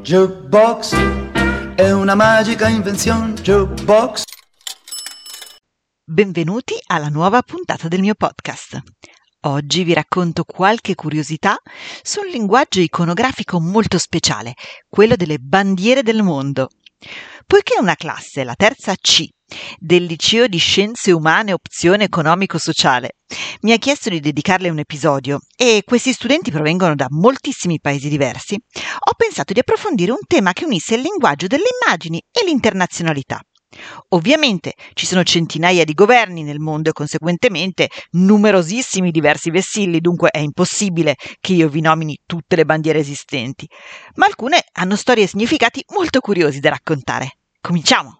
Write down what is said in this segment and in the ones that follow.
Jukebox è una magica invenzione. Jukebox. Benvenuti alla nuova puntata del mio podcast. Oggi vi racconto qualche curiosità su un linguaggio iconografico molto speciale, quello delle bandiere del mondo. Poiché una classe, la terza C, del Liceo di Scienze Umane Opzione Economico-Sociale, mi ha chiesto di dedicarle un episodio e questi studenti provengono da moltissimi paesi diversi, ho pensato di approfondire un tema che unisse il linguaggio delle immagini e l'internazionalità. Ovviamente ci sono centinaia di governi nel mondo e conseguentemente numerosissimi diversi vessilli, dunque è impossibile che io vi nomini tutte le bandiere esistenti, ma alcune hanno storie e significati molto curiosi da raccontare. Cominciamo!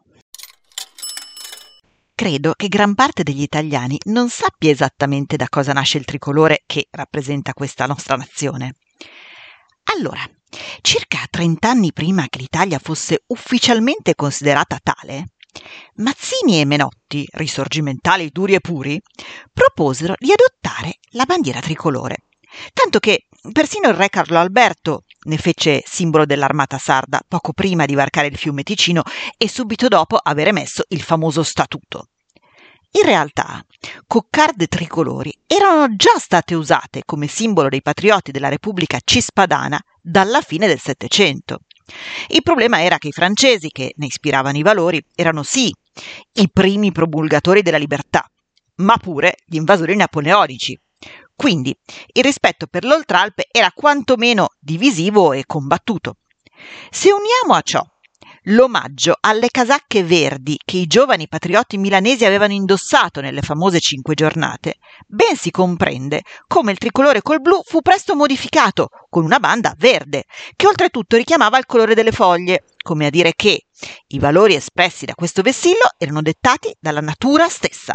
Credo che gran parte degli italiani non sappia esattamente da cosa nasce il tricolore che rappresenta questa nostra nazione. Allora, circa 30 anni prima che l'Italia fosse ufficialmente considerata tale, Mazzini e Menotti, risorgimentali duri e puri, proposero di adottare la bandiera tricolore, tanto che persino il re Carlo Alberto ne fece simbolo dell'armata sarda poco prima di varcare il fiume Ticino e subito dopo aver emesso il famoso statuto. In realtà, coccarde tricolori erano già state usate come simbolo dei patrioti della Repubblica Cispadana dalla fine del Settecento. Il problema era che i francesi, che ne ispiravano i valori, erano sì i primi promulgatori della libertà, ma pure gli invasori napoleonici. Quindi il rispetto per l'Oltralpe era quantomeno divisivo e combattuto. Se uniamo a ciò l'omaggio alle casacche verdi che i giovani patrioti milanesi avevano indossato nelle famose 5 giornate, ben si comprende come il tricolore col blu fu presto modificato con una banda verde, che oltretutto richiamava il colore delle foglie, come a dire che i valori espressi da questo vessillo erano dettati dalla natura stessa.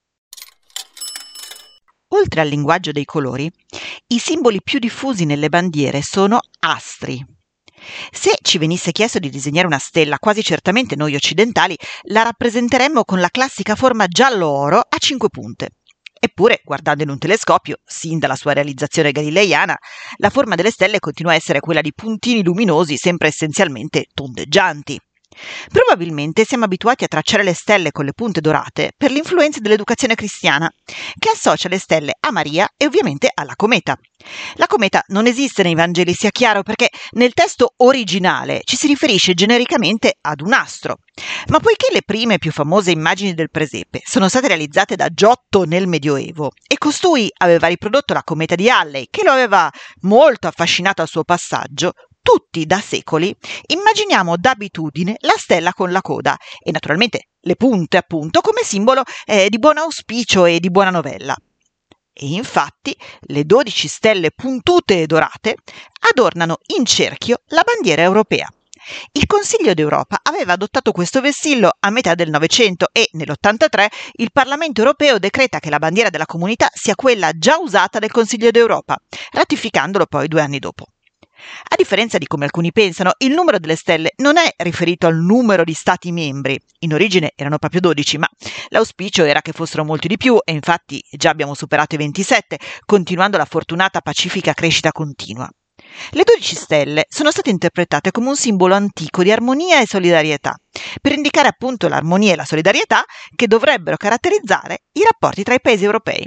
Oltre al linguaggio dei colori, i simboli più diffusi nelle bandiere sono astri. Se ci venisse chiesto di disegnare una stella, quasi certamente noi occidentali la rappresenteremmo con la classica forma giallo-oro a 5 punte. Eppure, guardando in un telescopio, sin dalla sua realizzazione galileiana, la forma delle stelle continua a essere quella di puntini luminosi, sempre essenzialmente tondeggianti. Probabilmente siamo abituati a tracciare le stelle con le punte dorate per l'influenza dell'educazione cristiana, che associa le stelle a Maria e ovviamente alla cometa. La cometa non esiste nei Vangeli, sia chiaro, perché nel testo originale ci si riferisce genericamente ad un astro. Ma poiché le prime e più famose immagini del presepe sono state realizzate da Giotto nel Medioevo e costui aveva riprodotto la cometa di Halley, che lo aveva molto affascinato al suo passaggio, tutti da secoli immaginiamo d'abitudine la stella con la coda e naturalmente le punte appunto come simbolo di buon auspicio e di buona novella. E infatti le 12 stelle puntute e dorate adornano in cerchio la bandiera europea. Il Consiglio d'Europa aveva adottato questo vessillo a metà del Novecento e nell'83 il Parlamento europeo decreta che la bandiera della comunità sia quella già usata dal Consiglio d'Europa, ratificandolo poi 2 anni dopo. A differenza di come alcuni pensano, il numero delle stelle non è riferito al numero di stati membri. In origine erano proprio 12, ma l'auspicio era che fossero molti di più e infatti già abbiamo superato i 27, continuando la fortunata pacifica crescita continua. Le 12 stelle sono state interpretate come un simbolo antico di armonia e solidarietà, per indicare appunto l'armonia e la solidarietà che dovrebbero caratterizzare i rapporti tra i paesi europei.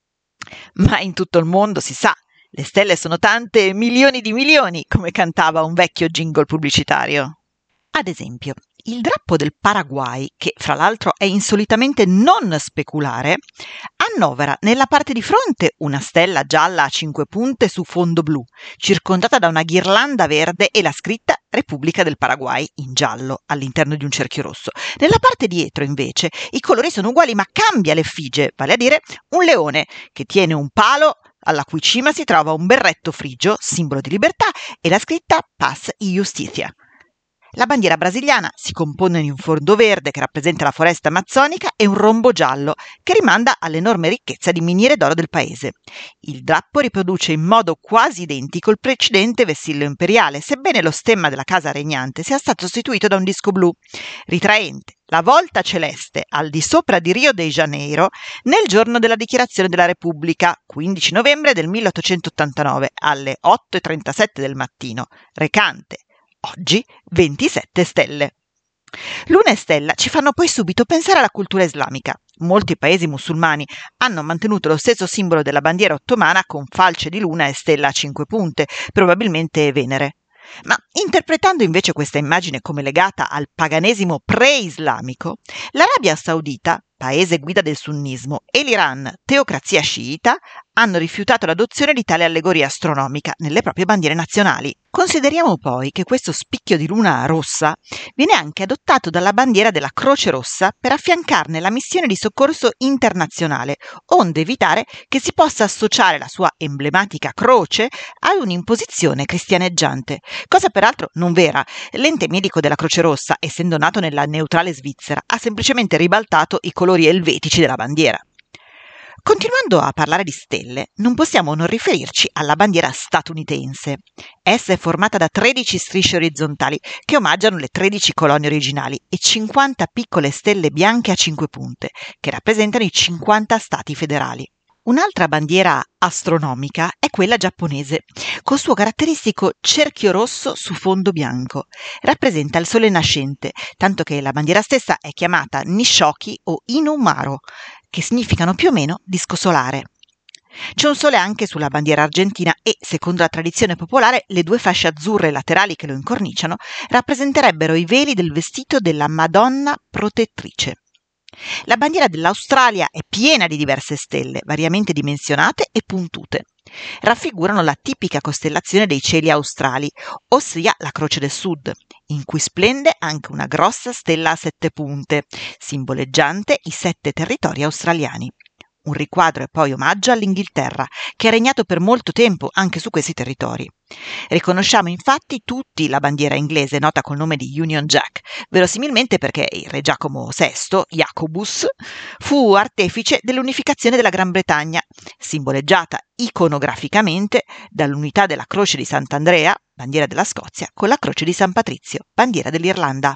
Ma in tutto il mondo, si sa, le stelle sono tante, milioni di milioni, come cantava un vecchio jingle pubblicitario. Ad esempio, il drappo del Paraguay, che fra l'altro è insolitamente non speculare, annovera nella parte di fronte una stella gialla a 5 punte su fondo blu, circondata da una ghirlanda verde e la scritta Repubblica del Paraguay in giallo all'interno di un cerchio rosso. Nella parte dietro, invece, i colori sono uguali ma cambia l'effigie, vale a dire un leone che tiene un palo alla cui cima si trova un berretto frigio, simbolo di libertà, e la scritta Paz y Justicia. La bandiera brasiliana si compone di un fondo verde che rappresenta la foresta amazzonica e un rombo giallo che rimanda all'enorme ricchezza di miniere d'oro del paese. Il drappo riproduce in modo quasi identico il precedente vessillo imperiale, sebbene lo stemma della casa regnante sia stato sostituito da un disco blu, ritraente la volta celeste al di sopra di Rio de Janeiro nel giorno della dichiarazione della Repubblica, 15 novembre del 1889, alle 8:37 del mattino, recante oggi 27 stelle. Luna e stella ci fanno poi subito pensare alla cultura islamica. Molti paesi musulmani hanno mantenuto lo stesso simbolo della bandiera ottomana con falce di luna e stella a 5 punte, probabilmente Venere. Ma interpretando invece questa immagine come legata al paganesimo pre-islamico, l'Arabia Saudita, paese guida del sunnismo, e l'Iran, teocrazia sciita, hanno rifiutato l'adozione di tale allegoria astronomica nelle proprie bandiere nazionali. Consideriamo poi che questo spicchio di luna rossa viene anche adottato dalla bandiera della Croce Rossa per affiancarne la missione di soccorso internazionale, onde evitare che si possa associare la sua emblematica croce a un'imposizione cristianeggiante, cosa peraltro non vera. L'ente medico della Croce Rossa, essendo nato nella neutrale Svizzera, ha semplicemente ribaltato i colori elvetici della bandiera. Continuando a parlare di stelle, non possiamo non riferirci alla bandiera statunitense. Essa è formata da 13 strisce orizzontali che omaggiano le 13 colonie originali e 50 piccole stelle bianche a 5 punte, che rappresentano i 50 stati federali. Un'altra bandiera astronomica è quella giapponese, col suo caratteristico cerchio rosso su fondo bianco. Rappresenta il sole nascente, tanto che la bandiera stessa è chiamata Nishoki o Inumaro, che significano più o meno disco solare. C'è un sole anche sulla bandiera argentina e, secondo la tradizione popolare, le 2 fasce azzurre laterali che lo incorniciano rappresenterebbero i veli del vestito della Madonna protettrice. La bandiera dell'Australia è piena di diverse stelle, variamente dimensionate e puntute. Raffigurano la tipica costellazione dei cieli australi, ossia la Croce del Sud, in cui splende anche una grossa stella a 7 punte, simboleggiante i 7 territori australiani. Un riquadro e poi omaggio all'Inghilterra, che ha regnato per molto tempo anche su questi territori. Riconosciamo infatti tutti la bandiera inglese, nota col nome di Union Jack, verosimilmente perché il re Giacomo VI, Jacobus, fu artefice dell'unificazione della Gran Bretagna, simboleggiata iconograficamente dall'unità della Croce di Sant'Andrea, bandiera della Scozia, con la Croce di San Patrizio, bandiera dell'Irlanda.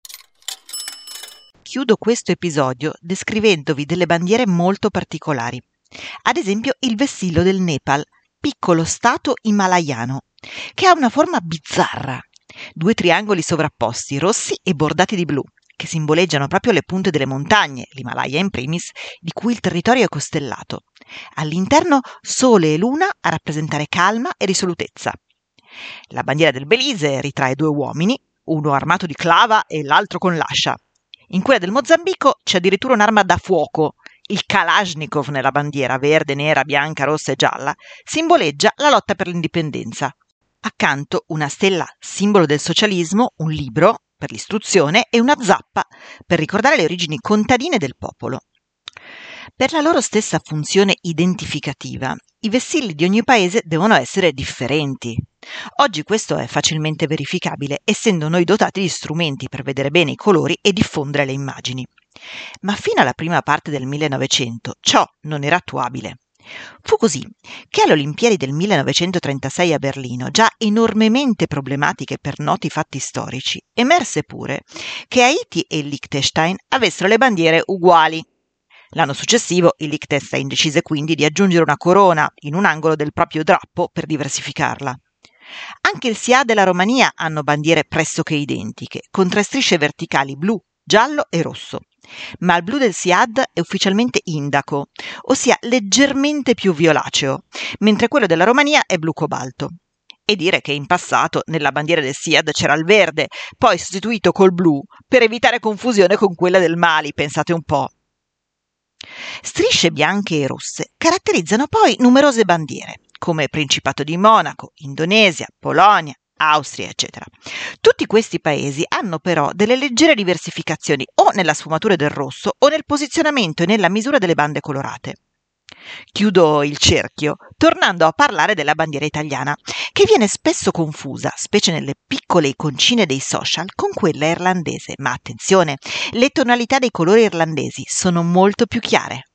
Chiudo questo episodio descrivendovi delle bandiere molto particolari. Ad esempio il vessillo del Nepal, piccolo stato himalayano, che ha una forma bizzarra. 2 triangoli sovrapposti, rossi e bordati di blu, che simboleggiano proprio le punte delle montagne, l'Himalaya in primis, di cui il territorio è costellato. All'interno sole e luna a rappresentare calma e risolutezza. La bandiera del Belize ritrae 2 uomini, uno armato di clava e l'altro con l'ascia. In quella del Mozambico c'è addirittura un'arma da fuoco. Il Kalashnikov nella bandiera, verde, nera, bianca, rossa e gialla, simboleggia la lotta per l'indipendenza. Accanto una stella, simbolo del socialismo, un libro per l'istruzione e una zappa per ricordare le origini contadine del popolo. Per la loro stessa funzione identificativa, i vessilli di ogni paese devono essere differenti. Oggi questo è facilmente verificabile, essendo noi dotati di strumenti per vedere bene i colori e diffondere le immagini. Ma fino alla prima parte del 1900 ciò non era attuabile. Fu così che alle Olimpiadi del 1936 a Berlino, già enormemente problematiche per noti fatti storici, emerse pure che Haiti e Liechtenstein avessero le bandiere uguali. L'anno successivo il Liechtenstein decise quindi di aggiungere una corona in un angolo del proprio drappo per diversificarla. Anche il SIAD e la Romania hanno bandiere pressoché identiche, con 3 strisce verticali blu, giallo e rosso. Ma il blu del SIAD è ufficialmente indaco, ossia leggermente più violaceo, mentre quello della Romania è blu cobalto. E dire che in passato nella bandiera del SIAD c'era il verde, poi sostituito col blu, per evitare confusione con quella del Mali, pensate un po'. Strisce bianche e rosse caratterizzano poi numerose bandiere, come Principato di Monaco, Indonesia, Polonia, Austria, eccetera. Tutti questi paesi hanno però delle leggere diversificazioni o nella sfumatura del rosso o nel posizionamento e nella misura delle bande colorate. Chiudo il cerchio tornando a parlare della bandiera italiana, che viene spesso confusa, specie nelle piccole iconcine dei social, con quella irlandese. Ma attenzione, le tonalità dei colori irlandesi sono molto più chiare.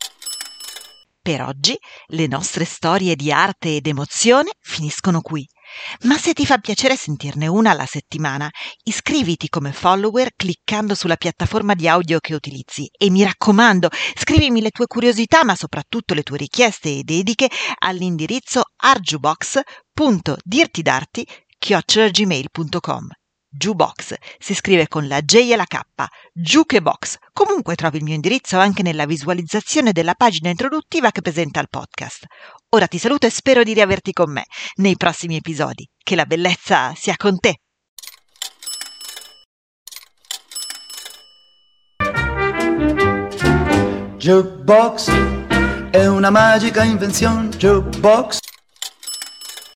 Per oggi le nostre storie di arte ed emozione finiscono qui. Ma se ti fa piacere sentirne una alla settimana, iscriviti come follower cliccando sulla piattaforma di audio che utilizzi e mi raccomando, scrivimi le tue curiosità ma soprattutto le tue richieste e dediche all'indirizzo arjubox.dirtidarti@gmail.com. Jukebox si scrive con la J e la K, Jukebox. Comunque trovi il mio indirizzo anche nella visualizzazione della pagina introduttiva che presenta il podcast. Ora ti saluto e spero di riaverti con me nei prossimi episodi. Che la bellezza sia con te! Jukebox è una magica invenzione. Jukebox